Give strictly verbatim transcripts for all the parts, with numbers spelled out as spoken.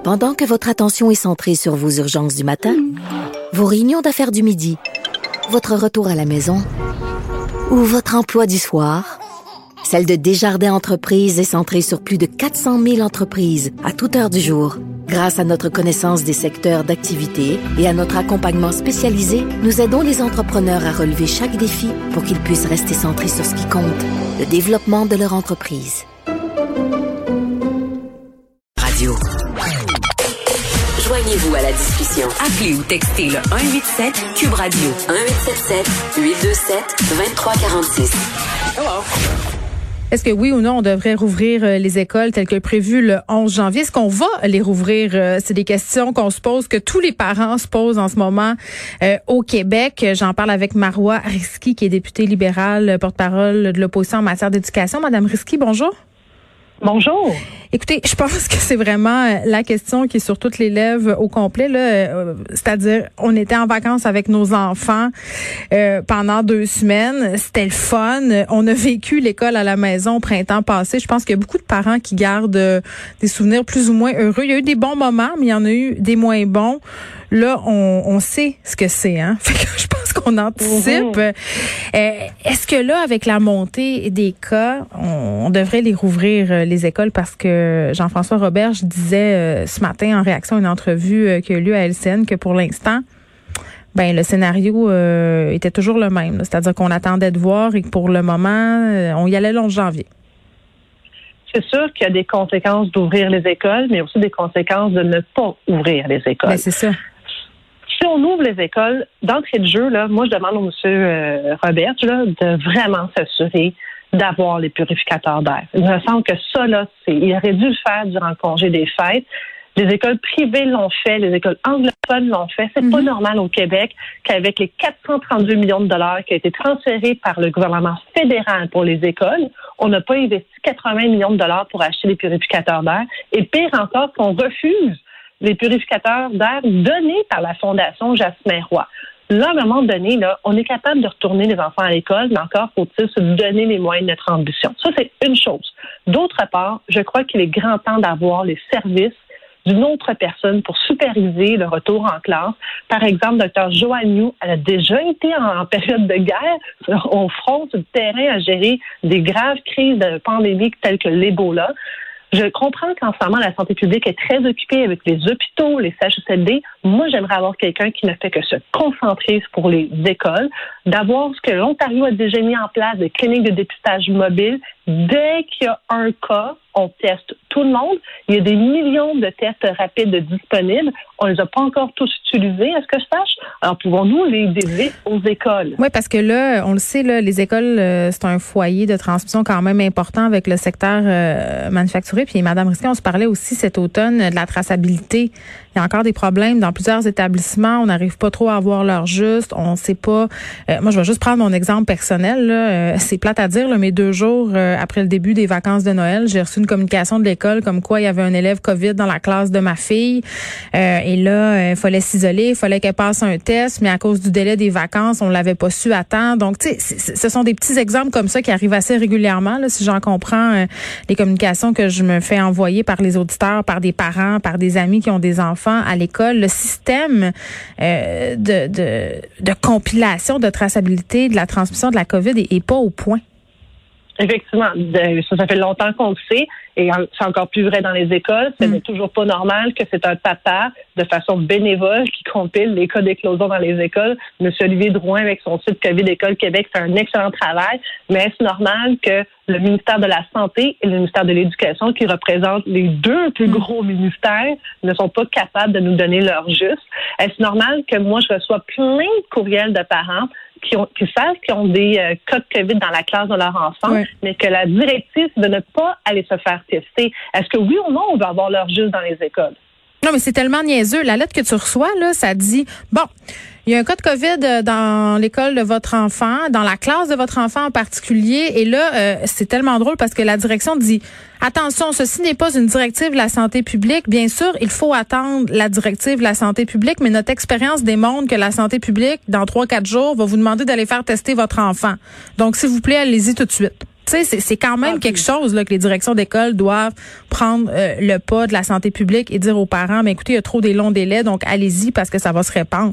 Pendant que votre attention est centrée sur vos urgences du matin, vos réunions d'affaires du midi, votre retour à la maison ou votre emploi du soir, celle de Desjardins Entreprises est centrée sur plus de quatre cent mille entreprises à toute heure du jour. Grâce à notre connaissance des secteurs d'activité et à notre accompagnement spécialisé, nous aidons les entrepreneurs à relever chaque défi pour qu'ils puissent rester centrés sur ce qui compte, le développement de leur entreprise. Radio. Joignez-vous à la discussion. Appelez ou textez le un huit sept Cube Radio un huit sept sept huit deux sept deux trois quatre six. Hello. Est-ce que oui ou non, on devrait rouvrir les écoles telles que prévu le onze janvier? Est-ce qu'on va les rouvrir? C'est des questions qu'on se pose, que tous les parents se posent en ce moment euh, au Québec. J'en parle avec Marois Risky, qui est députée libérale, porte-parole de l'opposition en matière d'éducation. Madame Risky, bonjour. Bonjour. Écoutez, je pense que c'est vraiment la question qui est sur toutes les lèvres au complet, là. C'est-à-dire, on était en vacances avec nos enfants euh, pendant deux semaines. C'était le fun. On a vécu l'école à la maison au printemps passé. Je pense qu'il y a beaucoup de parents qui gardent euh, des souvenirs plus ou moins heureux. Il y a eu des bons moments, mais il y en a eu des moins bons. Là, on, on sait ce que c'est, hein. Fait que je pense qu'on anticipe. Mmh. Euh, est-ce que là, avec la montée des cas, on, on devrait les rouvrir, euh, les écoles, parce que Jean-François Roberge disait euh, ce matin en réaction à une entrevue euh, qui a eu lieu à L C N que pour l'instant, ben le scénario euh, était toujours le même. Là. C'est-à-dire qu'on attendait de voir et que pour le moment, euh, on y allait le onze janvier. C'est sûr qu'il y a des conséquences d'ouvrir les écoles, mais aussi des conséquences de ne pas ouvrir les écoles. Ben, c'est ça. Si on ouvre les écoles, d'entrée de jeu, là, moi, je demande au monsieur euh, Robert là, de vraiment s'assurer d'avoir les purificateurs d'air. Il me semble que ça, là, c'est, il aurait dû le faire durant le congé des fêtes. Les écoles privées l'ont fait, les écoles anglophones l'ont fait. C'est mm-hmm. pas normal au Québec qu'avec les quatre cent trente-deux millions de dollars qui ont été transférés par le gouvernement fédéral pour les écoles, on n'a pas investi quatre-vingts millions de dollars pour acheter des purificateurs d'air. Et pire encore, qu'on refuse les purificateurs d'air donnés par la Fondation Jasmin Roy. Là, à un moment donné, là, on est capable de retourner les enfants à l'école, mais encore faut-il se donner les moyens de notre ambition. Ça, c'est une chose. D'autre part, je crois qu'il est grand temps d'avoir les services d'une autre personne pour superviser le retour en classe. Par exemple, Dr Joanne New, elle a déjà été en, en période de guerre au front sur le terrain à gérer des graves crises de pandémie telles que l'Ebola. Je comprends qu'en ce moment, la santé publique est très occupée avec les hôpitaux, les C H S L D. Moi, j'aimerais avoir quelqu'un qui ne fait que se concentrer pour les écoles, d'avoir ce que l'Ontario a déjà mis en place, des cliniques de dépistage mobile. Dès qu'il y a un cas, on teste tout le monde. Il y a des millions de tests rapides disponibles. On les a pas encore tous utilisés, à ce que je sache. Alors, pouvons-nous les dédier aux écoles? Oui, parce que là, on le sait, là, les écoles, euh, c'est un foyer de transmission quand même important avec le secteur euh, manufacturier. Puis, Mme Risky, on se parlait aussi cet automne de la traçabilité. Il y a encore des problèmes dans plusieurs établissements. On n'arrive pas trop à avoir l'heure juste. On ne sait pas. Euh, moi, je vais juste prendre mon exemple personnel. Là. Euh, c'est plate à dire, là, mais deux jours euh, après le début des vacances de Noël, j'ai reçu une communication de l'école comme quoi il y avait un élève COVID dans la classe de ma fille. Euh, et là, il euh, fallait s'isoler, il fallait qu'elle passe un test, mais à cause du délai des vacances, on l'avait pas su à temps. Donc, tu sais, ce sont des petits exemples comme ça qui arrivent assez régulièrement, là, si j'en comprends euh, les communications que je me fais envoyer par les auditeurs, par des parents, par des amis qui ont des enfants à l'école. Le système euh, de, de, de compilation, de traçabilité de la transmission de la COVID est, est pas au point. Effectivement, ça, ça fait longtemps qu'on le sait, et c'est encore plus vrai dans les écoles. Ce n'est mm. toujours pas normal que c'est un papa, de façon bénévole, qui compile les cas d'éclosion dans les écoles. Monsieur Olivier Drouin, avec son site COVID École Québec, fait un excellent travail, mais est-ce normal que le ministère de la Santé et le ministère de l'Éducation, qui représentent les deux plus gros ministères, ne sont pas capables de nous donner l'heure juste? Est-ce normal que moi, je reçois plein de courriels de parents qui, ont, qui savent qu'ils ont des euh, cas de COVID dans la classe de leur enfant, oui. mais que la directive, c'est de ne pas aller se faire tester? Est-ce que oui ou non, on veut avoir l'heure juste dans les écoles? Non, mais c'est tellement niaiseux. La lettre que tu reçois, là, ça dit, bon, il y a un cas de COVID dans l'école de votre enfant, dans la classe de votre enfant en particulier. Et là, euh, c'est tellement drôle parce que la direction dit, attention, ceci n'est pas une directive de la santé publique. Bien sûr, il faut attendre la directive de la santé publique, mais notre expérience démontre que la santé publique, dans trois, quatre jours, va vous demander d'aller faire tester votre enfant. Donc, s'il vous plaît, allez-y tout de suite. Tu sais, c'est, c'est quand même ah, quelque chose là, que les directions d'école doivent prendre euh, le pas de la santé publique et dire aux parents, mais écoutez, il y a trop des longs délais, donc allez-y parce que ça va se répandre.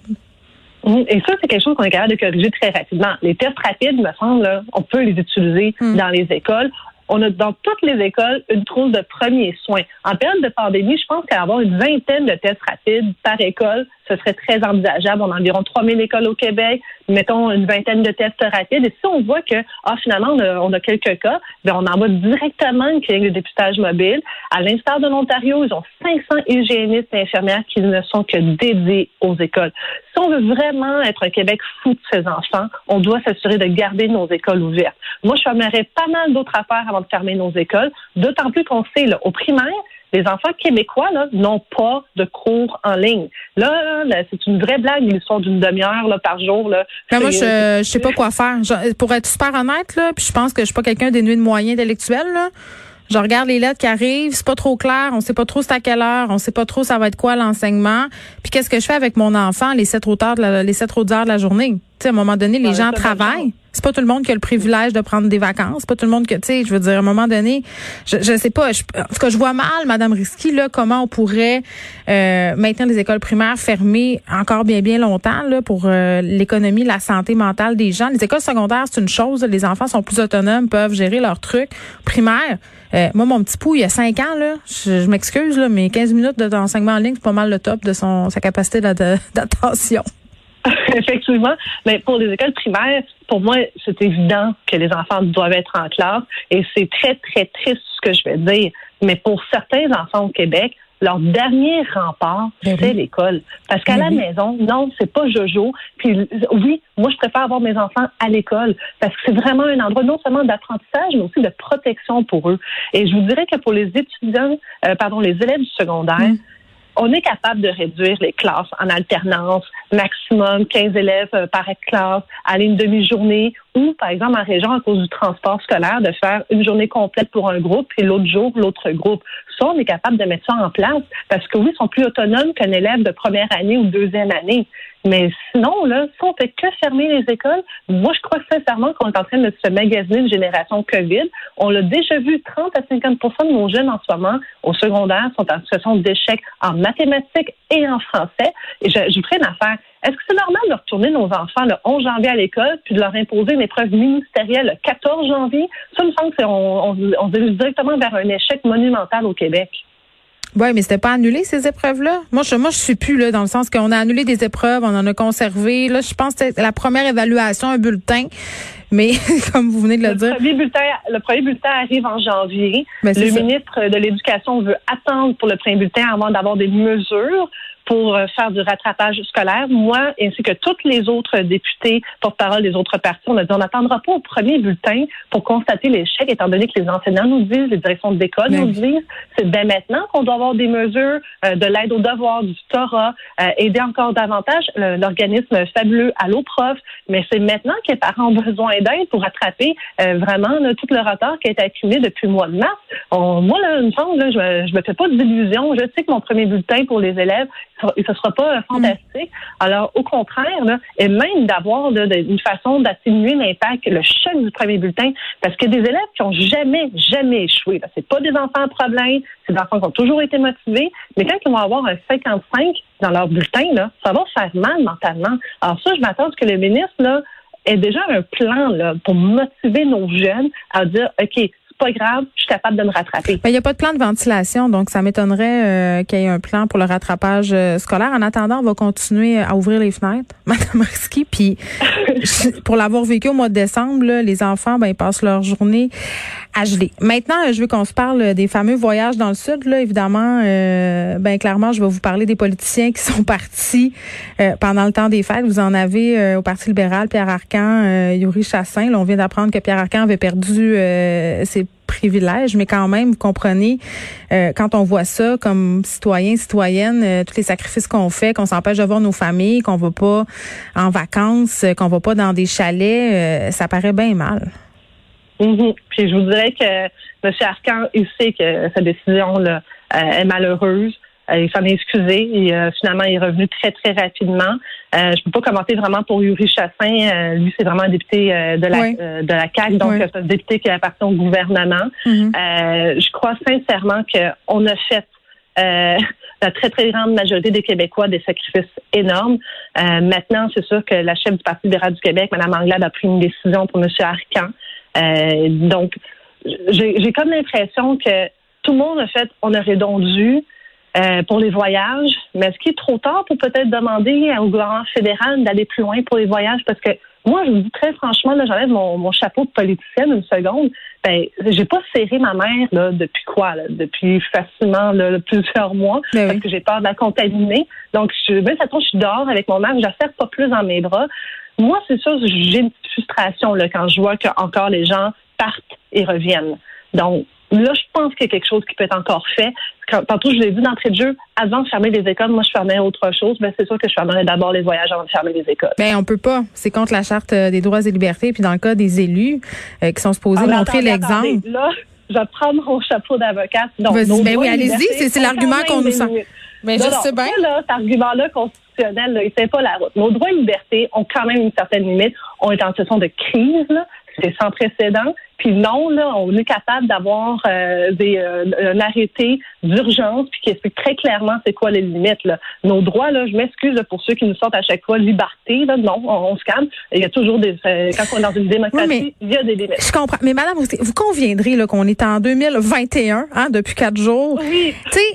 Et ça, c'est quelque chose qu'on est capable de corriger très rapidement. Les tests rapides, me semble, là, on peut les utiliser mmh. dans les écoles. On a dans toutes les écoles une trousse de premiers soins. En période de pandémie, je pense qu'avoir une vingtaine de tests rapides par école, ce serait très envisageable. On a environ trois mille écoles au Québec. Mettons une vingtaine de tests rapides. Et si on voit que, ah, finalement, on a, on a quelques cas, bien, on envoie directement une clinique de dépistage mobile. À l'instar de l'Ontario, ils ont cinq cents hygiénistes et infirmières qui ne sont que dédiés aux écoles. Si on veut vraiment être un Québec fou de ses enfants, on doit s'assurer de garder nos écoles ouvertes. Moi, je fermerais pas mal d'autres affaires avant de fermer nos écoles, d'autant plus qu'on sait, là, au primaire, les enfants québécois là, n'ont pas de cours en ligne. Là, là c'est une vraie blague, l'histoire d'une demi-heure là, par jour. Là. Mais moi, je je sais pas quoi faire. Je, pour être super honnête, là, puis je pense que je suis pas quelqu'un dénué de moyens intellectuels. Là. Je regarde les lettres qui arrivent, c'est pas trop clair, on sait pas trop c'est à quelle heure, on sait pas trop ça va être quoi l'enseignement. Puis qu'est-ce que je fais avec mon enfant les sept autres heures de la, les sept autres heures de la journée? Tu sais, à un moment donné, les ouais, gens travaillent. C'est pas tout le monde qui a le privilège de prendre des vacances. C'est pas tout le monde que, tu sais, je veux dire, à un moment donné, je, je sais pas. Je, en tout cas, je vois mal, Madame Risky, là, comment on pourrait euh, maintenir les écoles primaires fermées encore bien, bien longtemps, là, pour euh, l'économie, la santé mentale des gens. Les écoles secondaires, c'est une chose. Là, les enfants sont plus autonomes, peuvent gérer leurs trucs. Primaire, euh, moi, mon petit pou, il y a cinq ans, là, je, je m'excuse, là, mais quinze minutes d'enseignement en ligne, c'est pas mal le top de son sa capacité d'attention. Effectivement, mais pour les écoles primaires, pour moi, c'est évident que les enfants doivent être en classe et c'est très, très triste ce que je vais dire. Mais pour certains enfants au Québec, leur dernier rempart, ben c'est oui. l'école. Parce qu'à ben la oui. maison, non, c'est pas Jojo. Puis oui, moi, je préfère avoir mes enfants à l'école parce que c'est vraiment un endroit non seulement d'apprentissage, mais aussi de protection pour eux. Et je vous dirais que pour les étudiants, euh, pardon, les élèves du secondaire, mm. on est capable de réduire les classes en alternance, maximum quinze élèves par classe, aller une demi-journée ou, par exemple, en région, à cause du transport scolaire, de faire une journée complète pour un groupe et l'autre jour, l'autre groupe. Ça, on est capable de mettre ça en place parce que oui, ils sont plus autonomes qu'un élève de première année ou deuxième année. Mais sinon, là, si on fait que fermer les écoles, moi, je crois sincèrement qu'on est en train de se magasiner une génération COVID. On l'a déjà vu, trente à cinquante pour cent de nos jeunes en ce moment au secondaire sont en situation d'échec en mathématiques et en français. Et je, je vous ferai une affaire. Est-ce que c'est normal de retourner nos enfants le onze janvier à l'école puis de leur imposer une épreuve ministérielle le quatorze janvier? Ça me semble qu'on on, on dirige directement vers un échec monumental au Québec. Oui, mais c'était pas annulé, ces épreuves-là. Moi, je moi, je suis plus là, dans le sens qu'on a annulé des épreuves, on en a conservé. Là, je pense que c'était la première évaluation, un bulletin. Mais, comme vous venez de le, le dire. Premier bulletin, le premier bulletin arrive en janvier. Ben, le ministre ça. de l'Éducation veut attendre pour le premier bulletin avant d'avoir des mesures pour faire du rattrapage scolaire. Moi, ainsi que toutes les autres députés porte-parole des autres partis, on a dit on n'attendra pas au premier bulletin pour constater l'échec, étant donné que les enseignants nous disent, les directions d'école nous disent, c'est bien maintenant qu'on doit avoir des mesures euh, de l'aide aux devoirs, du tutorat, euh, aider encore davantage le, l'organisme fabuleux Allo Prof, mais c'est maintenant que les parents ont besoin d'aide pour rattraper euh, vraiment là, tout le retard qui a été accumulé depuis le mois de mars. On, moi, là, il me semble, là, je, me, je me fais pas d'illusions. Je sais que mon premier bulletin pour les élèves, et ce sera pas euh, fantastique. Mm. Alors, au contraire, là, et même d'avoir là, une façon d'atténuer l'impact, le choc du premier bulletin, parce que des élèves qui ont jamais, jamais échoué, là, c'est pas des enfants à problème, c'est des enfants qui ont toujours été motivés, mais quand ils vont avoir un cinquante-cinq dans leur bulletin, là, ça va faire mal mentalement. Alors ça, je m'attends à ce que le ministre là, ait déjà un plan là, pour motiver nos jeunes à dire, OK, pas grave, je suis capable de me rattraper. Il n'y a pas de plan de ventilation, donc ça m'étonnerait euh, qu'il y ait un plan pour le rattrapage euh, scolaire. En attendant, on va continuer à ouvrir les fenêtres, Madame Risky. Puis, pour l'avoir vécu au mois de décembre, là, les enfants, ben ils passent leur journée à geler. Maintenant, je veux qu'on se parle des fameux voyages dans le sud. Là, évidemment, euh, ben clairement, je vais vous parler des politiciens qui sont partis euh, pendant le temps des fêtes. Vous en avez euh, au Parti libéral, Pierre Arcan, euh, Yuri Chassin. Là, on vient d'apprendre que Pierre Arcan avait perdu euh, ses privilèges, mais quand même, vous comprenez, euh, quand on voit ça comme citoyen, citoyenne, euh, tous les sacrifices qu'on fait, qu'on s'empêche de voir nos familles, qu'on va pas en vacances, qu'on va pas dans des chalets, euh, ça paraît bien mal. Mm-hmm. Puis je vous dirais que M. Arcan, il sait que sa décision là, euh, est malheureuse. Euh, il s'en est excusé et euh, finalement, il est revenu très, très rapidement. Euh, je peux pas commenter vraiment pour Yuri Chassin. Euh, lui, c'est vraiment un député euh, de la oui. euh, de la C A Q, donc oui. c'est un député qui appartient au gouvernement. Mm-hmm. Euh, je crois sincèrement qu'on a fait euh, la très, très grande majorité des Québécois des sacrifices énormes. Euh, maintenant, c'est sûr que la chef du Parti libéral du Québec, Mme Anglade, a pris une décision pour M. Arcan. Euh, donc, j'ai, j'ai comme l'impression que tout le monde a fait, on aurait donc dû euh, pour les voyages, mais est-ce qu'il est trop tard pour peut-être demander au gouvernement fédéral d'aller plus loin pour les voyages? Parce que moi, je vous dis très franchement, là, j'enlève mon, mon chapeau de politicienne une seconde. Ben, j'ai pas serré ma mère là, depuis quoi? Là, depuis facilement là, plusieurs mois, mais parce oui. que j'ai peur de la contaminer. Donc, je, ben, ça tombe, je suis dehors avec mon mère, je la serre pas plus dans mes bras. Moi, c'est sûr, j'ai une petite frustration là, quand je vois qu'encore les gens partent et reviennent. Donc, là, je pense qu'il y a quelque chose qui peut être encore fait. Quand, tantôt, je l'ai dit d'entrée de jeu, avant de fermer les écoles, moi, je fermais autre chose. Ben, c'est sûr que je fermerais d'abord les voyages avant de fermer les écoles. Ben, on peut pas. C'est contre la Charte des droits et libertés. Puis dans le cas des élus euh, qui sont supposés ah, montrer attendez, l'exemple. Attendez, là, je vais prendre mon chapeau d'avocate. Donc, ben oui, allez-y. C'est, c'est l'argument qu'on nous sent. Mais non, je non, sais bien. Ça, là, cet argument-là constitutionnel, là, il tient pas la route. Nos droits et libertés ont quand même une certaine limite. On est en situation de crise, là. C'est sans précédent. Puis non, là, on est capable d'avoir euh, des, euh, un arrêté d'urgence puis qui explique très clairement c'est quoi les limites. Là. Nos droits, là, je m'excuse là, pour ceux qui nous sortent à chaque fois liberté. Là, non, on, on se calme. Il y a toujours des. Euh, quand on est dans une démocratie, oui, il y a des limites. Je comprends. Mais madame, vous conviendrez là qu'on est en deux mille vingt et un, hein, depuis quatre jours. Oui. Tu sais.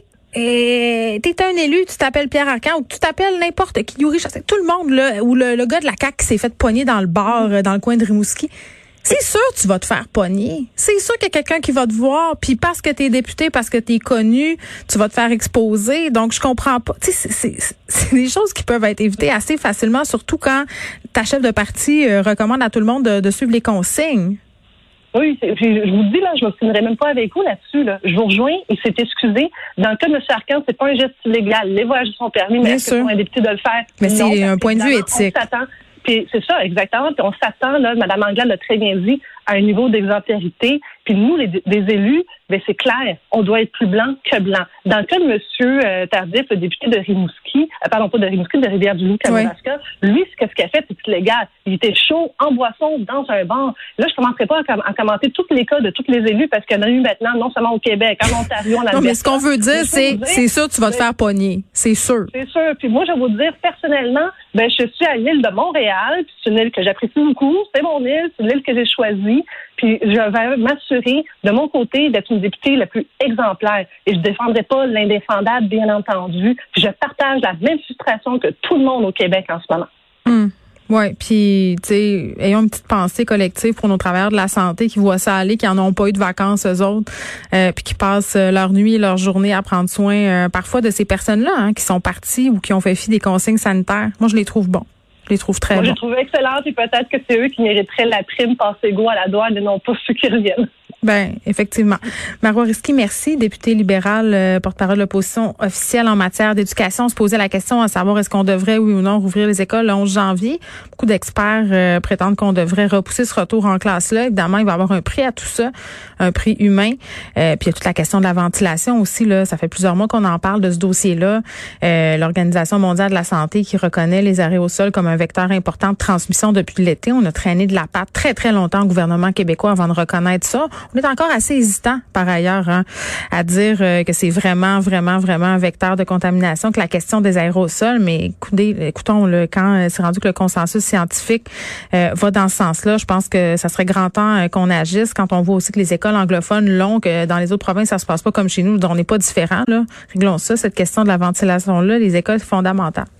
Et t'es un élu, tu t'appelles Pierre Arcan ou tu t'appelles n'importe qui, Yuri Chassin, tout le monde là, ou le, le gars de la C A Q qui s'est fait pogner dans le bar, mmh. dans le coin de Rimouski. C'est sûr que tu vas te faire pogner. C'est sûr qu'il y a quelqu'un qui va te voir, puis parce que t'es député, parce que t'es connu, tu vas te faire exposer. Donc, je comprends pas. Tu sais, c'est, c'est, c'est des choses qui peuvent être évitées assez facilement, surtout quand ta chef de parti euh, recommande à tout le monde de, de suivre les consignes. Oui, c'est, puis je vous dis, là, je ne m'obstinerai même pas avec vous là-dessus. Là. Je vous rejoins, il s'est excusé. Dans le cas de M. Arcan, c'est pas un geste illégal. Les voyages sont permis, mais est-ce que pour un député de le faire? Mais non, c'est un point de vue éthique. On s'attend. Puis c'est ça, exactement. Puis on s'attend, là, Mme Anglade l'a très bien dit, à un niveau d'exemplarité. Puis nous, les, les élus, ben c'est clair, on doit être plus blanc que blanc. Dans le cas de M. Euh, Tardif, le député de Rimouski, euh, pardon, pas de Rimouski, de Rivière-du-Loup, Kamouraska, oui. lui, ce qu'il a fait, c'est illégal. Il était chaud, en boisson, dans un bar. Là, je ne commencerai pas à, com- à commenter tous les cas de tous les élus parce qu'il y en a eu maintenant, non seulement au Québec, en Ontario, en Alberta. Non, mais ce qu'on veut dire, c'est, dire, c'est sûr, tu vas te faire pogner. C'est sûr. C'est sûr. Puis moi, je vais vous dire, personnellement, ben, je suis à l'île de Montréal, puis c'est une île que j'apprécie beaucoup. C'est mon île, c'est l'île que j'ai choisie. Puis je vais m'assurer, de mon côté, d'être une députée la plus exemplaire. Et je ne défendrai pas l'indéfendable, bien entendu. Puis je partage la même frustration que tout le monde au Québec en ce moment. Hum. Oui, puis, tu sais, ayons une petite pensée collective pour nos travailleurs de la santé qui voient ça aller, qui en ont pas eu de vacances, eux autres, euh, puis qui passent leur nuit et leur journée à prendre soin, euh, parfois, de ces personnes-là, hein, qui sont parties ou qui ont fait fi des consignes sanitaires. Moi, je les trouve bons. Je les trouve très Moi, bons. Je les trouve excellentes et peut-être que c'est eux qui mériteraient la prime passe-égo à la douane et non pas ceux qui reviennent. Ben, effectivement. Marois Risky, merci, députée libérale, euh, porte-parole de l'opposition officielle en matière d'éducation. On se posait la question à savoir est-ce qu'on devrait, oui ou non, rouvrir les écoles le onze janvier. Beaucoup d'experts euh, prétendent qu'on devrait repousser ce retour en classe-là. Évidemment, il va y avoir un prix à tout ça, un prix humain. Euh, puis il y a toute la question de la ventilation aussi. Là, ça fait plusieurs mois qu'on en parle de ce dossier-là. Euh, L'Organisation mondiale de la santé qui reconnaît les aérosols comme un vecteur important de transmission depuis l'été. On a traîné de la patte très, très longtemps au gouvernement québécois avant de reconnaître ça. On est encore assez hésitant, par ailleurs, hein, à dire euh, que c'est vraiment, vraiment, vraiment un vecteur de contamination, que la question des aérosols, mais écoutez, écoutons, là, quand c'est rendu que le consensus scientifique euh, va dans ce sens-là, je pense que ça serait grand temps euh, qu'on agisse quand on voit aussi que les écoles anglophones l'ont, que dans les autres provinces, ça se passe pas comme chez nous, on n'est pas différent, là. Réglons ça, cette question de la ventilation-là, les écoles fondamentales.